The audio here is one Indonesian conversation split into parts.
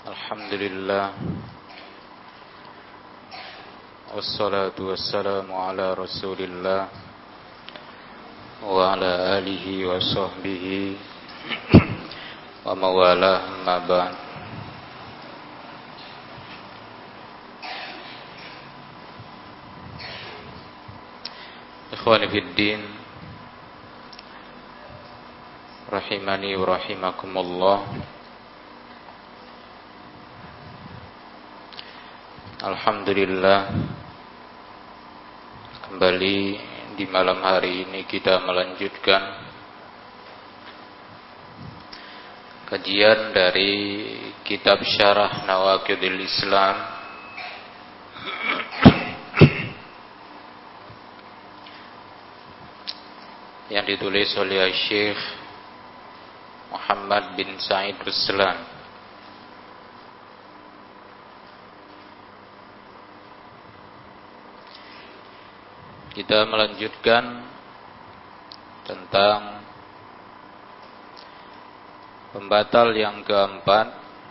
Alhamdulillah. Wassalatu wassalamu ala Rasulillah wa ala alihi wa sahbihi wa mawalah amma ba'd. Ikhwani fid din, rahimani wa rahimakumullah. Alhamdulillah, kembali di malam hari ini kita melanjutkan kajian dari kitab Syarah Nawaqidil Islam yang ditulis oleh Syekh Muhammad bin Sa'id Ruslan. Kita melanjutkan tentang pembatal yang keempat,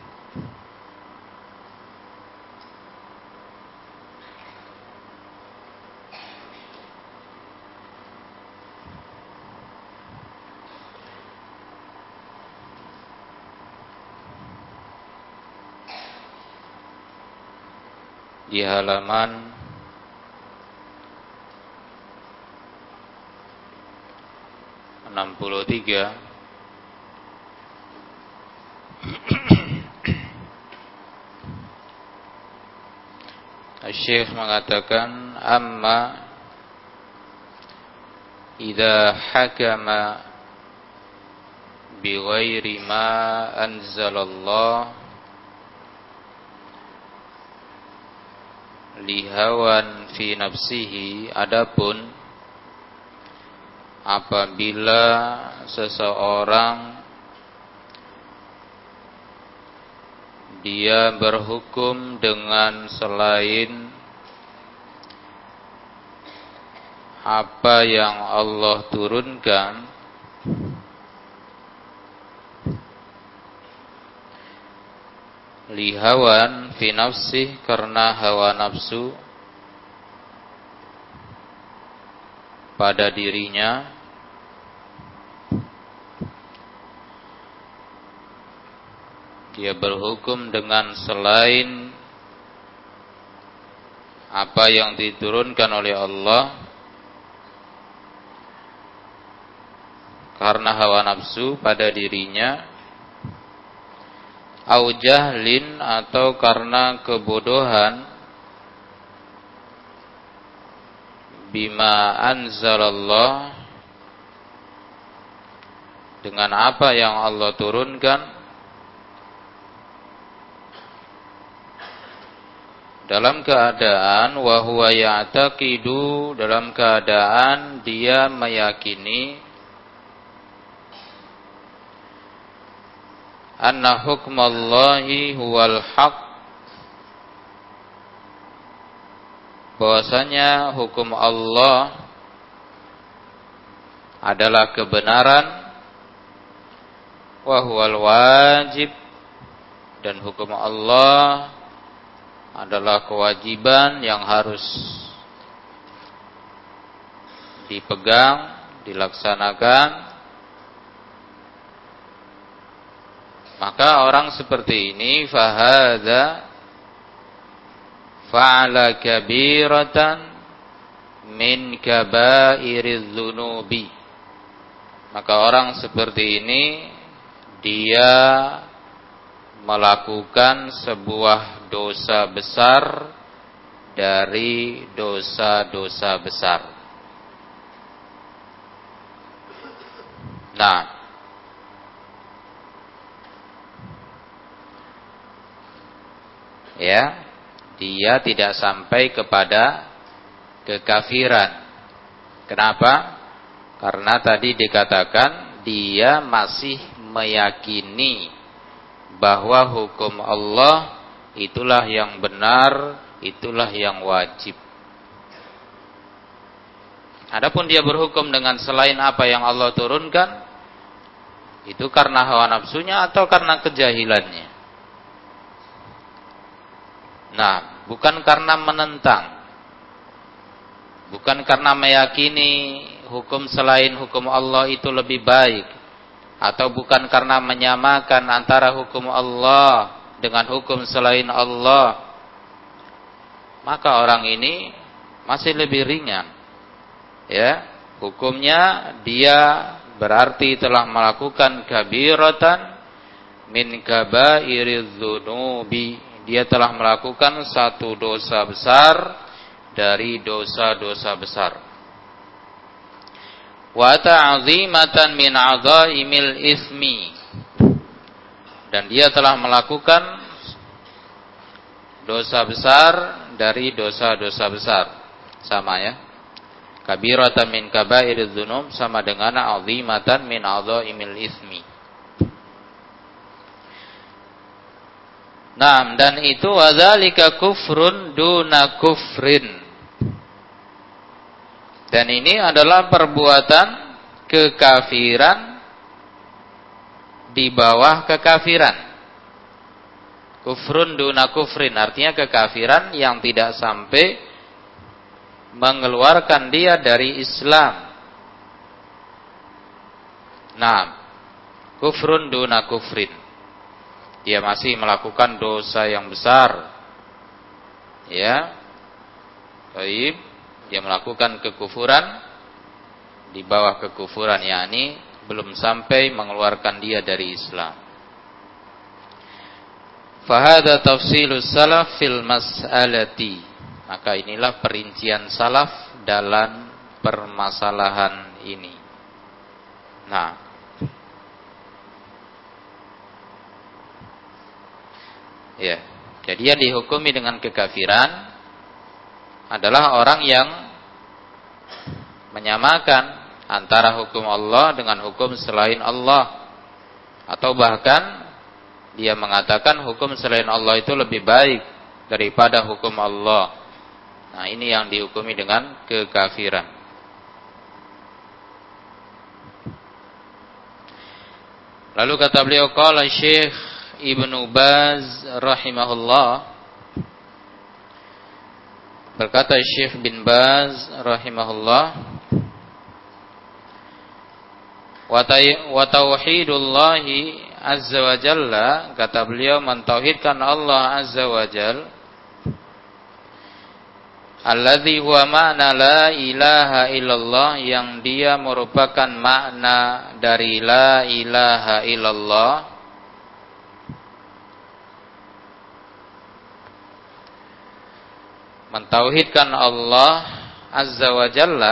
di halaman 63. Syekh mengatakan, amma idza hakama bi ghairi ma anzalallah li hawan fi nafsihi, adapun apabila seseorang dia berhukum dengan selain apa yang Allah turunkan, lihawan fi nafsih, karena hawa nafsu pada dirinya, dia berhukum dengan selain apa yang diturunkan oleh Allah karena hawa nafsu pada dirinya, au jahlin, atau karena kebodohan, bima anzalallah, dengan apa yang Allah turunkan, dalam keadaan wa huwa ya'taqidu, dalam keadaan dia meyakini, anna hukmallahi huwal haq, bahwasanya hukum Allah adalah kebenaran, wa huwal wajib, dan hukum Allah adalah kewajiban yang harus dipegang, dilaksanakan. Maka orang seperti ini fahadza fa'ala kabiratan min kabairiz dzunubi, maka orang seperti ini dia melakukan sebuah dosa besar dari dosa-dosa besar. Nah, ya, dia tidak sampai kepada kekafiran. Kenapa? Karena tadi dikatakan dia masih meyakini bahwa hukum Allah itulah yang benar, itulah yang wajib. Adapun dia berhukum dengan selain apa yang Allah turunkan, itu karena hawa nafsunya atau karena kejahilannya. Nah, bukan karena menentang, bukan karena meyakini hukum selain hukum Allah itu lebih baik, atau bukan karena menyamakan antara hukum Allah dengan hukum selain Allah, maka orang ini masih lebih ringan. Ya, hukumnya dia berarti telah melakukan kabiratan min kabairiz dzunubi. Dia telah melakukan satu dosa besar dari dosa-dosa besar. Wa ta'zimatan min 'adzaimil ismi. Dan dia telah melakukan dosa besar dari dosa-dosa besar. Sama ya. Kabiratan min kabairiz dzunub sama dengan 'azimatan min 'adzaimil ismi. Nah, dan itu wadzalika kufrun duna kufrin. Dan ini adalah perbuatan kekafiran di bawah kekafiran. Kufrun duna kufrin artinya kekafiran yang tidak sampai mengeluarkan dia dari Islam. Nah, kufrun duna kufrin. Dia masih melakukan dosa yang besar. Ya. Baik, dia melakukan kekufuran di bawah kekufuran, yakni belum sampai mengeluarkan dia dari Islam. Fahada tafsilus salaf fil mas'alati. Maka inilah perincian salaf dalam permasalahan ini. Nah, ya, jadi yang dihukumi dengan kekafiran adalah orang yang menyamakan antara hukum Allah dengan hukum selain Allah, atau bahkan dia mengatakan hukum selain Allah itu lebih baik daripada hukum Allah. Nah, ini yang dihukumi dengan kekafiran. Lalu kata beliau, qala Syekh Ibnu Baz rahimahullah, berkata Syekh bin Baz rahimahullah, wa tauhidullahi azza wa jalla, kata beliau, mentauhidkan Allah azza wa jalla, alladzi huwa ma'na la ilaha illallah, yang dia merupakan makna dari la ilaha illallah. Mentauhidkan Allah azza wa jalla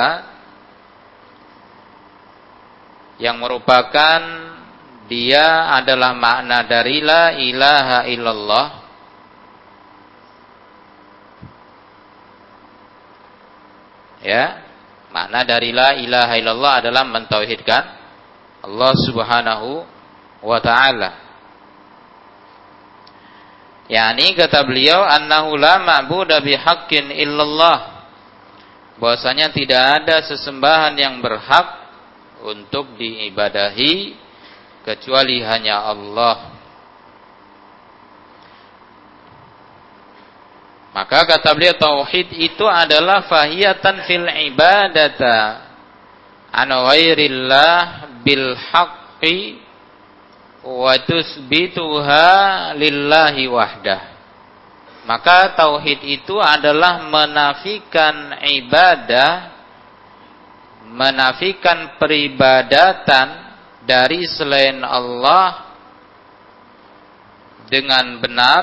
yang merupakan dia adalah makna dari la ilaha illallah. Ya, makna dari la ilaha illallah adalah mentauhidkan Allah subhanahu wa ta'ala. Yani kata beliau, annahu la ma'buda bihaqqin illallah, bahwasanya tidak ada sesembahan yang berhak untuk diibadahi kecuali hanya Allah. Maka kata beliau, tauhid itu adalah fahiyatan fil ibadata an ghairillah bil haqqi wa tusbituha lillahi wahdah. Maka tauhid itu adalah menafikan ibadah, menafikan peribadatan dari selain Allah dengan benar,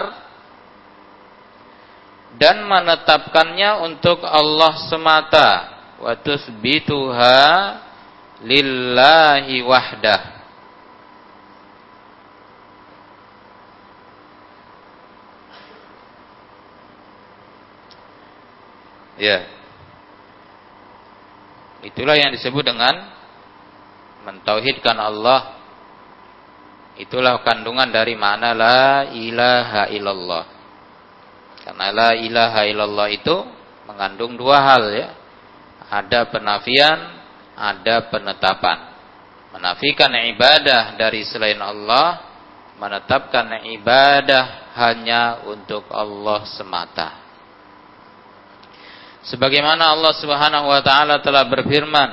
dan menetapkannya untuk Allah semata. Wa tusbituha lillahi wahdah. Ya, itulah yang disebut dengan mentauhidkan Allah. Itulah kandungan dari makna la ilaha illallah. Karena la ilaha illallah itu mengandung dua hal, ya. Ada penafian, ada penetapan. Menafikan ibadah dari selain Allah, menetapkan ibadah hanya untuk Allah semata. Sebagaimana Allah Subhanahu wa taala telah berfirman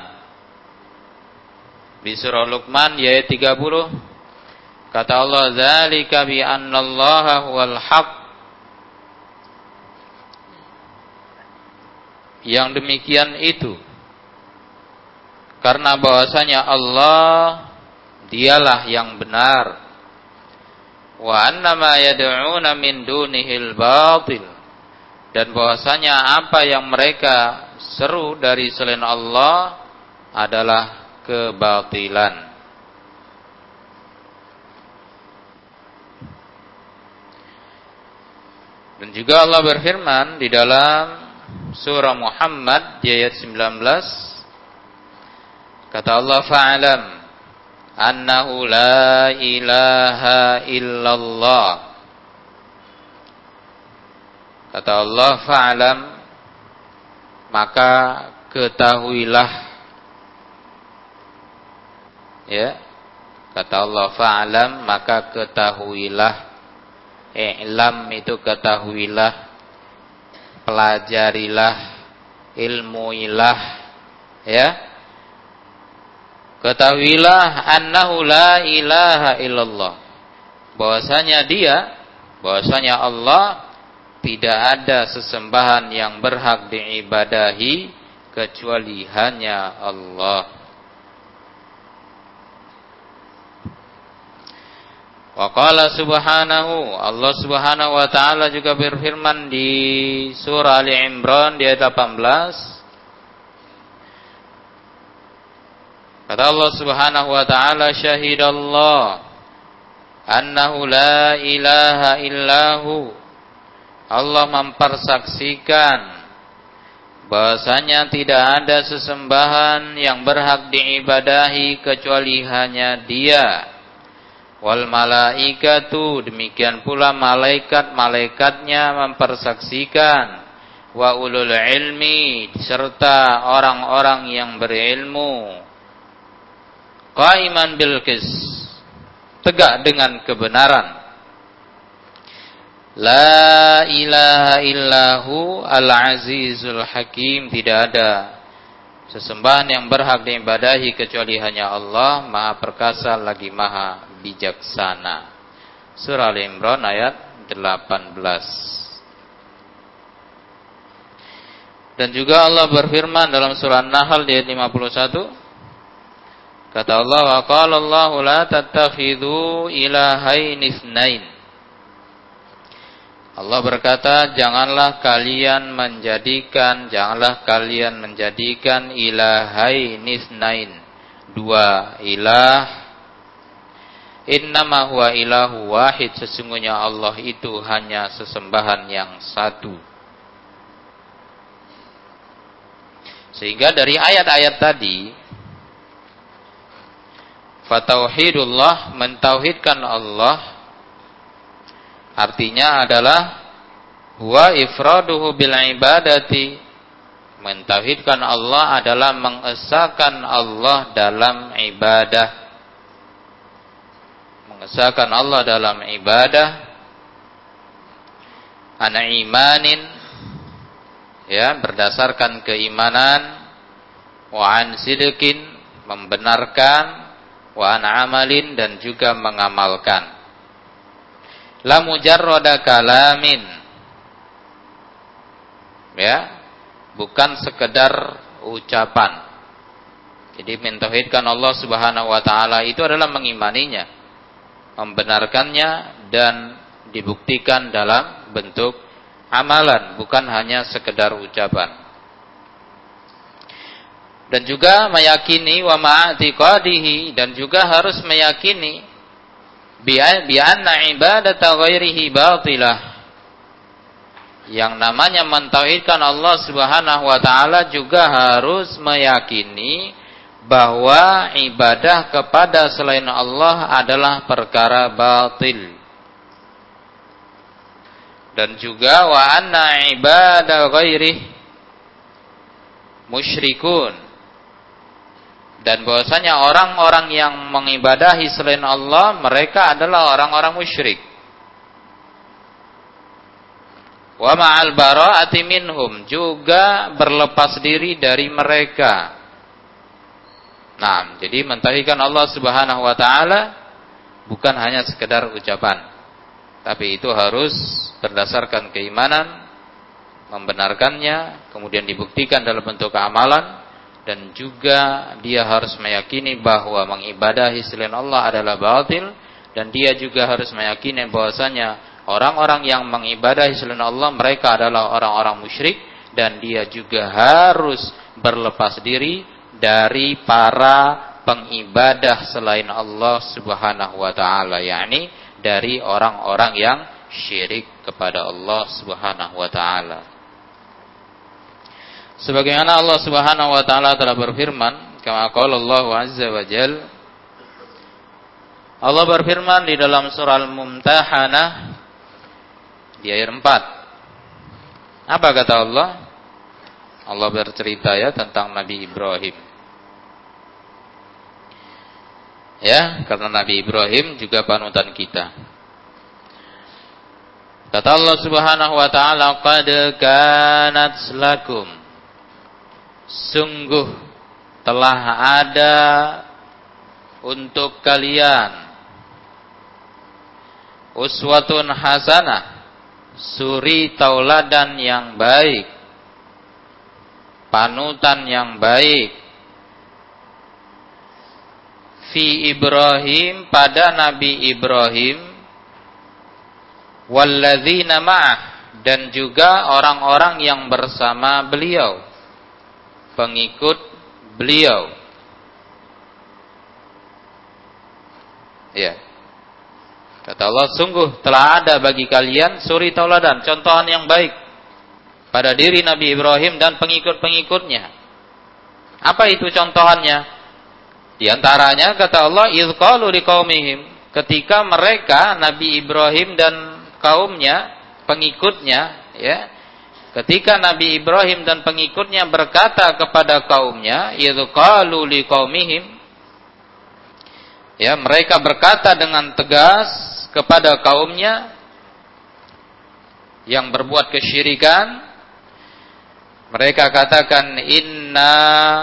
di surah Luqman ayat 30, kata Allah, "Dzalika bi annallaha huwal haq." Yang demikian itu karena bahwasanya Allah dialah yang benar. Wa annama yad'una min dunihil batil. Dan bahwasanya apa yang mereka seru dari selain Allah adalah kebatilan. Dan juga Allah berfirman di dalam surah Muhammad di ayat 19, kata Allah, "Fa'alam annahu la ilaha illallah." Kata Allah, "Fa'alam," maka ketahuilah. Ya. Kata Allah, "Fa'alam," maka ketahuilah. I'lam itu ketahuilah, pelajarilah, ilmuilah. Ya. Ketahuilah annahu la ilaha illallah. Bahwasanya Allah tidak ada sesembahan yang berhak diibadahi kecuali hanya Allah. Wa qala subhanahu, Allah Subhanahu wa taala juga berfirman di surah Ali Imran di ayat 18. Kata Allah Subhanahu wa taala, "Syahidallah annahu la ilaha illahu." Allah mempersaksikan bahwasanya tidak ada sesembahan yang berhak diibadahi kecuali hanya Dia. Wal malaikatu, demikian pula malaikat-malaikatnya mempersaksikan. Wa ulul ilmi, serta orang-orang yang berilmu. Qaiman bil qis, tegak dengan kebenaran. La ilaha illahu al-azizul hakim. Tidak ada sesembahan yang berhak diibadahi kecuali hanya Allah, Maha Perkasa lagi Maha Bijaksana. Surah Al-Imran ayat 18. Dan juga Allah berfirman dalam surah An-Nahl di ayat 51. Kata Allah, "Wa qala Allahu la tattakhidhu ilahaini itsnain." Allah berkata, janganlah kalian menjadikan ilahaini itsnain, dua ilah. Innama huwa ilahu wahid, sesungguhnya Allah itu hanya sesembahan yang satu. Sehingga dari ayat-ayat tadi, fatauhidullah, mentauhidkan Allah, artinya adalah huwa ifraduhu bil ibadati. Mentauhidkan Allah adalah mengesahkan Allah dalam ibadah. Mengesahkan Allah dalam ibadah. Ana imanin, ya, berdasarkan keimanan. Wa an sidqin, membenarkan. Wa an amalin, dan juga mengamalkan. La mujarrada kalamin, ya, bukan sekedar ucapan. Jadi mentauhidkan Allah Subhanahu wa taala itu adalah mengimaninya, membenarkannya, dan dibuktikan dalam bentuk amalan, bukan hanya sekedar ucapan. Dan juga meyakini wa ma'atiqadihi, dan juga harus meyakini bi'anna ibadata ghairihi batilah. Yang namanya mentauhidkan Allah Subhanahu wa taala juga harus meyakini bahwa ibadah kepada selain Allah adalah perkara batil. Dan juga wa anna ibada ghairihi musyrikun. Dan bahwasanya orang-orang yang mengibadahi selain Allah, mereka adalah orang-orang musyrik. Wa ma'al bara'ati minhum, juga berlepas diri dari mereka. Nah, jadi mentauhidkan Allah Subhanahu wa taala bukan hanya sekedar ucapan, tapi itu harus berdasarkan keimanan, membenarkannya, kemudian dibuktikan dalam bentuk amalan, dan juga dia harus meyakini bahwa mengibadahi selain Allah adalah batil, dan dia juga harus meyakini bahwasanya orang-orang yang mengibadahi selain Allah mereka adalah orang-orang musyrik, dan dia juga harus berlepas diri dari para pengibadah selain Allah Subhanahu wa taala, yakni dari orang-orang yang syirik kepada Allah Subhanahu wa taala. Sebagaimana Allah Subhanahu wa taala telah berfirman, kama qala Allah azza wa jalla, Allah berfirman di dalam surah Al-Mumtahanah di ayat 4. Apa kata Allah? Allah bercerita ya tentang Nabi Ibrahim. Ya, karena Nabi Ibrahim juga panutan kita. Kata Allah Subhanahu wa taala, qad kanat lakum, sungguh telah ada untuk kalian uswatun hasanah, suri tauladan yang baik, panutan yang baik, fi Ibrahim, pada Nabi Ibrahim, walladzina ma'ah, dan juga orang-orang yang bersama beliau, pengikut beliau. Ya. Kata Allah, sungguh telah ada bagi kalian suri tauladan, contohan yang baik pada diri Nabi Ibrahim dan pengikut-pengikutnya. Apa itu contohannya? Di antaranya kata Allah, idz qalu liqaumihim, ketika mereka Nabi Ibrahim dan kaumnya, pengikutnya, ya. Ketika Nabi Ibrahim dan pengikutnya berkata kepada kaumnya, idz qalu liqaumihim, ya, mereka berkata dengan tegas kepada kaumnya yang berbuat kesyirikan. Mereka katakan, inna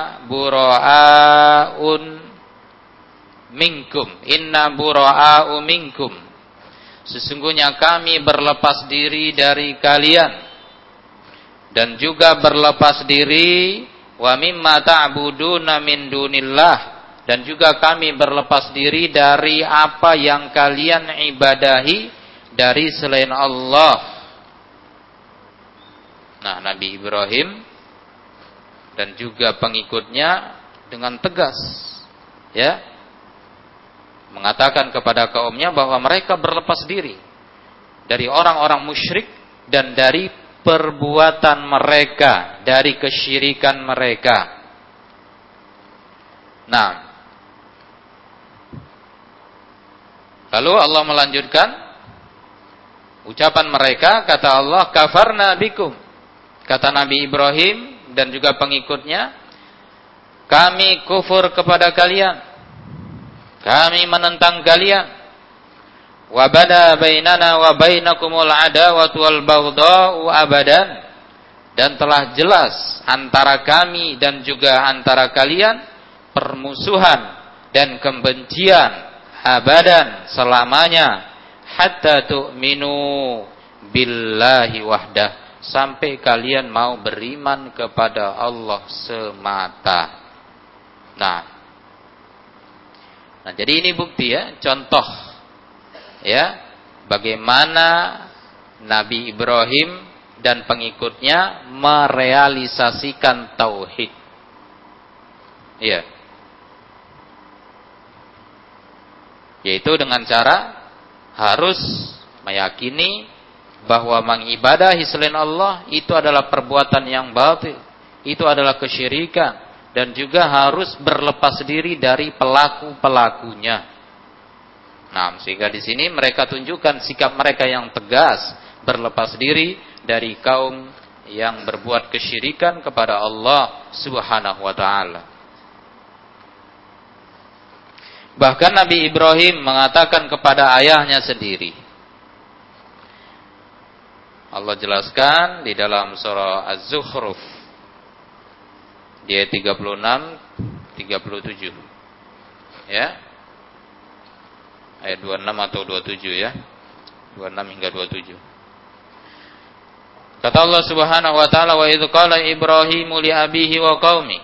bura'aun minkum, inna bura'a'u minkum, sesungguhnya kami berlepas diri dari kalian, dan juga berlepas diri wa mimma ta'buduna min dunillah, dan juga kami berlepas diri dari apa yang kalian ibadahi dari selain Allah. Nah, Nabi Ibrahim dan juga pengikutnya dengan tegas, ya, mengatakan kepada kaumnya bahwa mereka berlepas diri dari orang-orang musyrik dan dari perbuatan mereka, dari kesyirikan mereka. Nah, lalu Allah melanjutkan ucapan mereka, kata Allah, kafarna bikum, kata Nabi Ibrahim dan juga pengikutnya, kami kufur kepada kalian, kami menentang kalian. Wa bada bainana wa bainakumul adawatu wal baghdha'u abadan, dan telah jelas antara kami dan juga antara kalian permusuhan dan kebencian abadan, selamanya, hatta tu'minu billahi wahdah, sampai kalian mau beriman kepada Allah semata. Nah, jadi ini bukti, ya, contoh, ya, bagaimana Nabi Ibrahim dan pengikutnya merealisasikan tauhid. Ya. Yaitu dengan cara harus meyakini bahwa mengibadahi selain Allah itu adalah perbuatan yang batil, itu adalah kesyirikan, dan juga harus berlepas diri dari pelaku-pelakunya. Nah, sehingga di sini mereka tunjukkan sikap mereka yang tegas, berlepas diri dari kaum yang berbuat kesyirikan kepada Allah Subhanahu wa taala. Bahkan Nabi Ibrahim mengatakan kepada ayahnya sendiri, Allah jelaskan di dalam surah Az-Zukhruf di ayat 36 37. Ya. Ayat 26 atau 27 ya. 26 hingga 27. Kata Allah Subhanahu wa taala, wa idz qala Ibrahimu li abihi wa qaumi.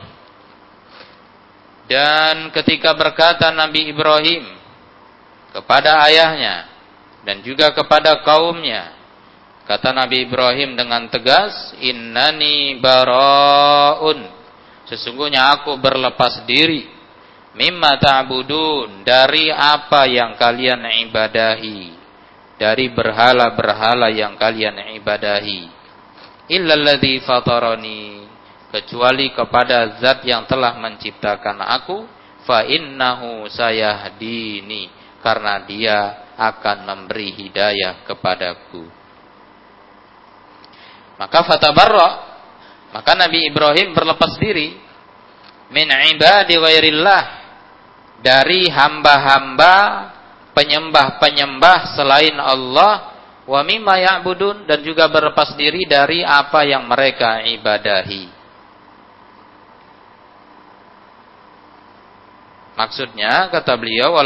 Dan ketika berkata Nabi Ibrahim kepada ayahnya dan juga kepada kaumnya, kata Nabi Ibrahim dengan tegas, innani bara'un, sesungguhnya aku berlepas diri, mimma ta'budun, dari apa yang kalian ibadahi, dari berhala-berhala yang kalian ibadahi, illalladzi fatarani, kecuali kepada zat yang telah menciptakan aku, fa innahu sayahdini, karena dia akan memberi hidayah kepadaku. Maka fatabarra, maka Nabi Ibrahim berlepas diri min ibadi ghairillah, dari hamba-hamba penyembah-penyembah selain Allah, wa mimma ya'budun, dan juga berlepas diri dari apa yang mereka ibadahi. Maksudnya, kata beliau,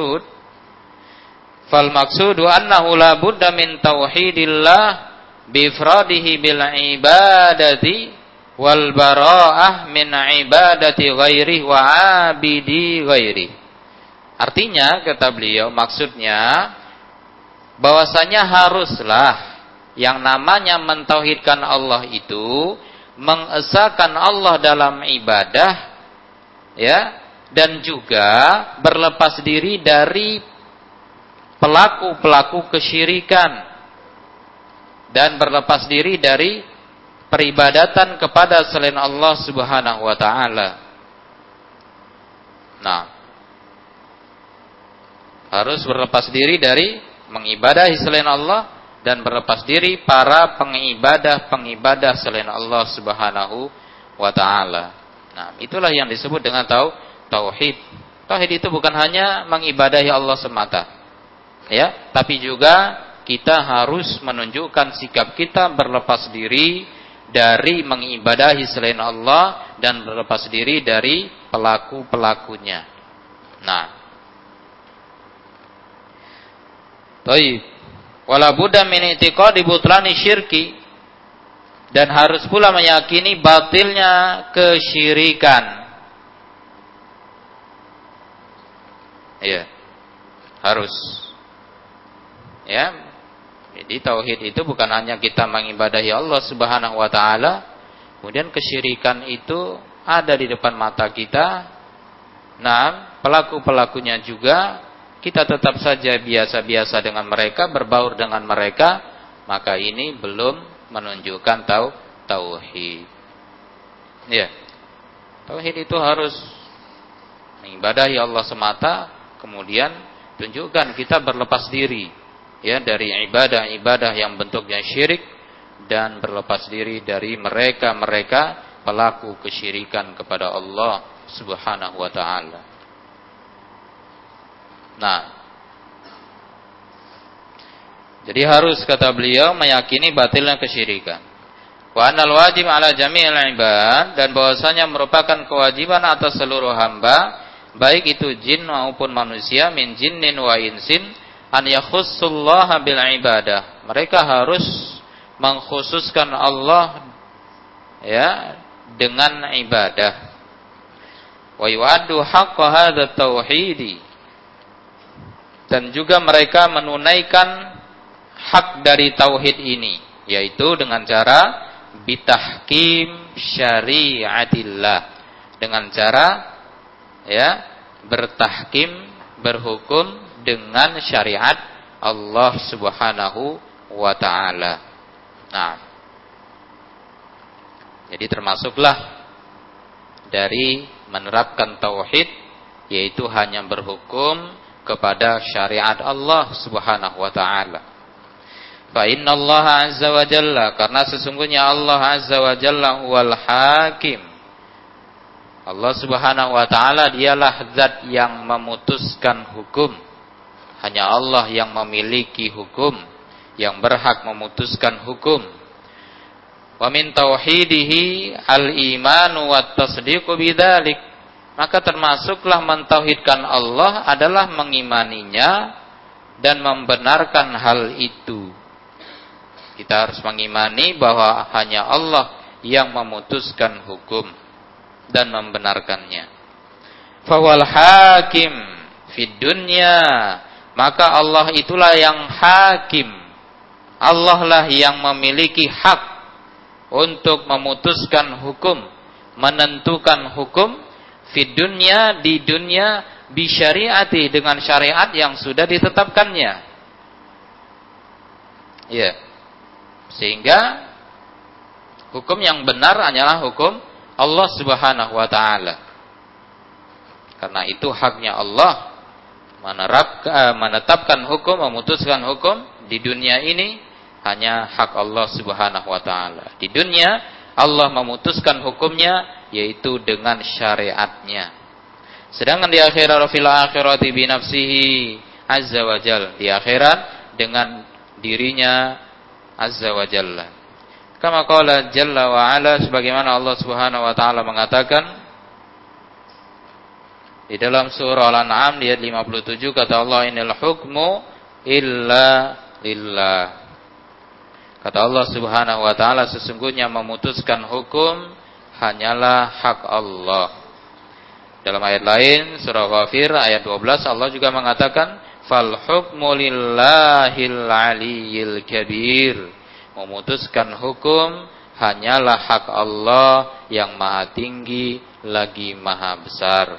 fal maksudu annahu la budda min tauhidillah bifradihi bil ibadati wal bara'ah min ibadati ghairihi wa abidi ghairihi. Artinya, kata beliau, maksudnya bahwasanya haruslah yang namanya mentauhidkan Allah itu mengesahkan Allah dalam ibadah, ya, dan juga berlepas diri dari pelaku-pelaku kesyirikan dan berlepas diri dari peribadatan kepada selain Allah Subhanahu wa taala. Nah, harus berlepas diri dari mengibadahi selain Allah dan berlepas diri para pengibadah selain Allah Subhanahu wa taala. Nah, itulah yang disebut dengan tauhid. Tauhid itu bukan hanya mengibadahi Allah semata, ya, tapi juga kita harus menunjukkan sikap kita berlepas diri dari mengibadahi selain Allah dan berlepas diri dari pelaku-pelakunya. Nah, baik. Wala budda min i'tiqadi butlani syirki, dan harus pula meyakini batilnya kesyirikan. Ya, harus. Ya. Jadi tauhid itu bukan hanya kita mengibadahi Allah Subhanahu wa taala, kemudian kesyirikan itu ada di depan mata kita. Nah, pelaku-pelakunya juga kita tetap saja biasa-biasa dengan mereka, berbaur dengan mereka, maka ini belum menunjukkan tauhid. Ya. Tauhid itu harus mengibadahi Allah semata, kemudian tunjukkan kita berlepas diri, ya, dari ibadah-ibadah yang bentuknya syirik, dan berlepas diri dari mereka pelaku kesyirikan kepada Allah Subhanahu wa taala. Nah, jadi harus, kata beliau, meyakini batilnya kesyirikan. Wa annal wajib ala jami'il ibad, dan bahwasanya merupakan kewajiban atas seluruh hamba, baik itu jin maupun manusia, min jinnin wa insin, an yakhussullaha bil ibadah. Mereka harus mengkhususkan Allah, ya, dengan ibadah. Wa yu'addu haqqa hadza tauhidi, dan juga mereka menunaikan hak dari tauhid ini, yaitu dengan cara bitahkim syariatillah, dengan cara, ya, bertahkim, berhukum dengan syariat Allah Subhanahu wa taala. Nah, jadi termasuklah dari menerapkan tauhid, yaitu hanya berhukum kepada syariat Allah Subhanahu wa taala. Fa innallaha azza wa jalla, karena sesungguhnya Allah azza wa jalla huwal hakim. Allah Subhanahu wa taala dialah zat yang memutuskan hukum. Hanya Allah yang memiliki hukum. yang berhak memutuskan hukum. Wa min tauhidihi al-imanu wat tasdiqu bidzalik. Maka termasuklah mentauhidkan Allah adalah mengimaninya dan membenarkan hal itu. Kita harus mengimani bahwa hanya Allah yang memutuskan hukum dan membenarkannya. Fawal hakim fid dunya, maka Allah itulah yang hakim. Allah lah yang memiliki hak untuk memutuskan hukum, menentukan hukum fid dunya, di dunia, bi syariati, dengan syariat yang sudah ditetapkannya. Ya. Sehingga hukum yang benar hanyalah hukum Allah Subhanahu wa taala. Karena itu haknya Allah menetapkan hukum, memutuskan hukum di dunia ini hanya hak Allah Subhanahu wa taala. Di dunia Allah memutuskan hukumnya yaitu dengan syariatnya. Sedangkan di akhirat, fil akhirati bi nafsihi azza wa jalla, di akhirat dengan dirinya azza wa jalla. Kama qala jalla wa ala, sebagaimana Allah Subhanahu wa taala mengatakan di dalam surah Al-An'am ayat 57, kata Allah, innal hukmu illa lillah. Kata Allah Subhanahu wa taala, sesungguhnya memutuskan hukum hanyalah hak Allah. Dalam ayat lain surah Ghafir ayat 12 Allah juga mengatakan fal hukmu lillahil aliyyil kabir. Memutuskan hukum hanyalah hak Allah yang maha tinggi lagi maha besar.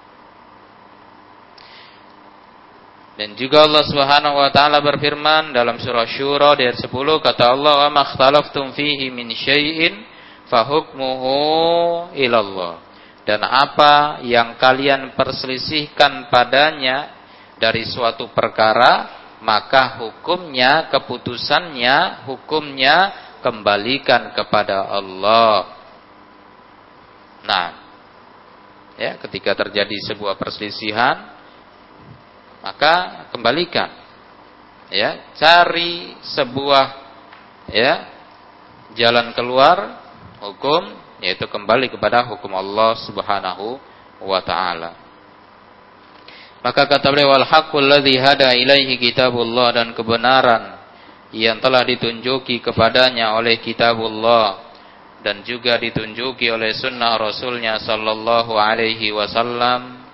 Dan juga Allah Subhanahu wa taala berfirman dalam surah Syura ayat 10, kata Allah, "Wa makhtalaftum fihi min syai'in fahukmuhu ilallah." Dan apa yang kalian perselisihkan padanya dari suatu perkara, maka hukumnya, keputusannya, hukumnya kembalikan kepada Allah. Nah, ya, ketika terjadi sebuah perselisihan, maka kembalikan, ya, cari sebuah, ya, jalan keluar hukum, yaitu kembali kepada hukum Allah Subhanahu wa taala. Maka kata beliau, wal haqqul ladzi hada ilaihi kitabullah, dan kebenaran yang telah ditunjuki kepadanya oleh kitabullah dan juga ditunjuki oleh sunnah Rasulnya sallallahu alaihi wasallam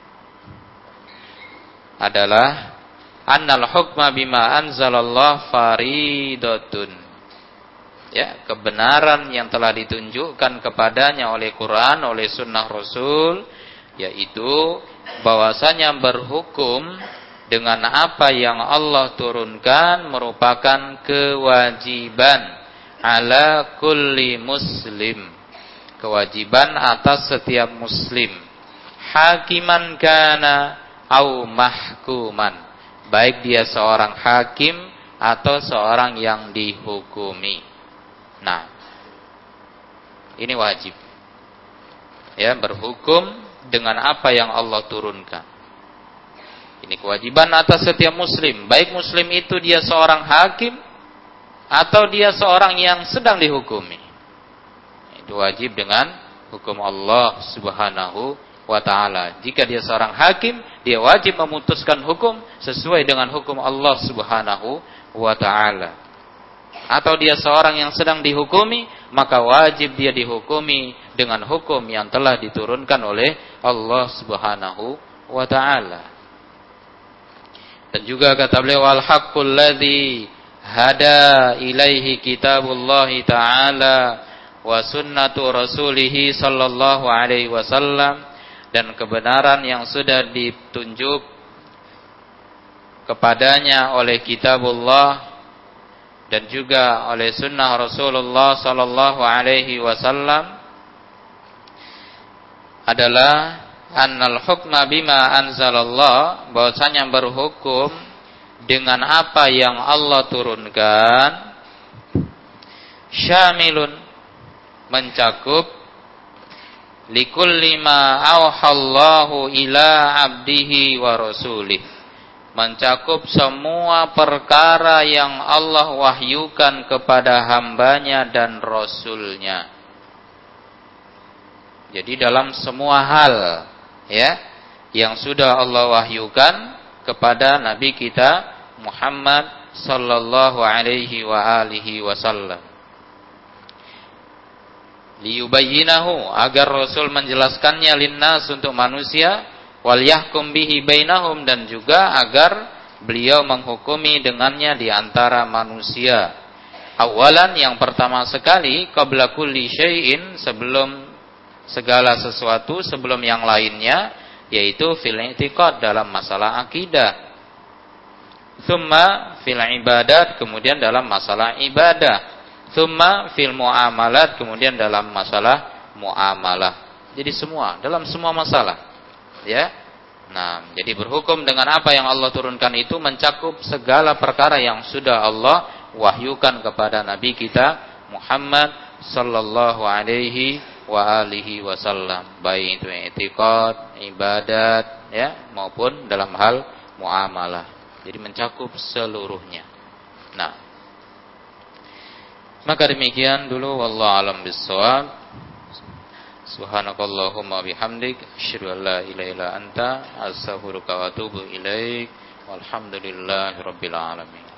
adalah annal hukma bima anzalallah faridatun. Ya, kebenaran yang telah ditunjukkan kepadanya oleh Quran, oleh sunnah Rasul, yaitu bahwasanya berhukum dengan apa yang Allah turunkan merupakan kewajiban ala kulli muslim, kewajiban atas setiap muslim, hakiman kana au mahkuman, baik dia seorang hakim atau seorang yang dihukumi. Nah, ini wajib, ya, berhukum dengan apa yang Allah turunkan. Ini kewajiban atas setiap muslim, baik muslim itu dia seorang hakim atau dia seorang yang sedang dihukumi. Itu wajib dengan hukum Allah Subhanahu wa taala. Jika dia seorang hakim, dia wajib memutuskan hukum sesuai dengan hukum Allah Subhanahu wa taala. Atau dia seorang yang sedang dihukumi, maka wajib dia dihukumi dengan hukum yang telah diturunkan oleh Allah Subhanahu wa taala. Dan juga kata beliau, wal haqqul ladzi hada ilaihi kitabullah taala wa sunnatu rasulih sallallahu alaihi wasallam, dan kebenaran yang sudah ditunjuk kepadanya oleh kitabullah dan juga oleh sunnah Rasulullah sallallahu alaihi wasallam adalah annal hukma bima anzalallah, bahwasanya berhukum dengan apa yang Allah turunkan, syamilun, mencakup likulli ma auhallahu ila abdihi wa rasulih, mencakup semua perkara yang Allah wahyukan kepada hambanya dan Rasulnya. Jadi dalam semua hal ya yang sudah Allah wahyukan kepada Nabi kita Muhammad sallallahu alaihi wa alihi wasallam. Liyubayyinahu, agar Rasul menjelaskannya linnas untuk manusia, wal yahkum bihi bainahum, dan juga agar beliau menghukumi dengannya di antara manusia. Awalan, yang pertama sekali, qabla kulli syai'in, sebelum segala sesuatu, sebelum yang lainnya, yaitu fil i'tiqad, dalam masalah akidah. Tsumma fil ibadat, kemudian dalam masalah ibadah. Tsumma fil muamalat, kemudian dalam masalah muamalah. Jadi semua, dalam semua masalah. Ya. Nah, jadi berhukum dengan apa yang Allah turunkan itu mencakup segala perkara yang sudah Allah wahyukan kepada Nabi kita Muhammad sallallahu alaihi wa alihi wasallam, baik itu i'tiqad, ibadat ya, maupun dalam hal muamalah. Jadi mencakup seluruhnya. Nah, maka demikian dulu, wallahu alam bissawab. Subhanakallahumma bihamdik, asyhadu an la ilaha illa anta, astaghfiruka wa atubu ilaik. Walhamdulillahirabbil alamin.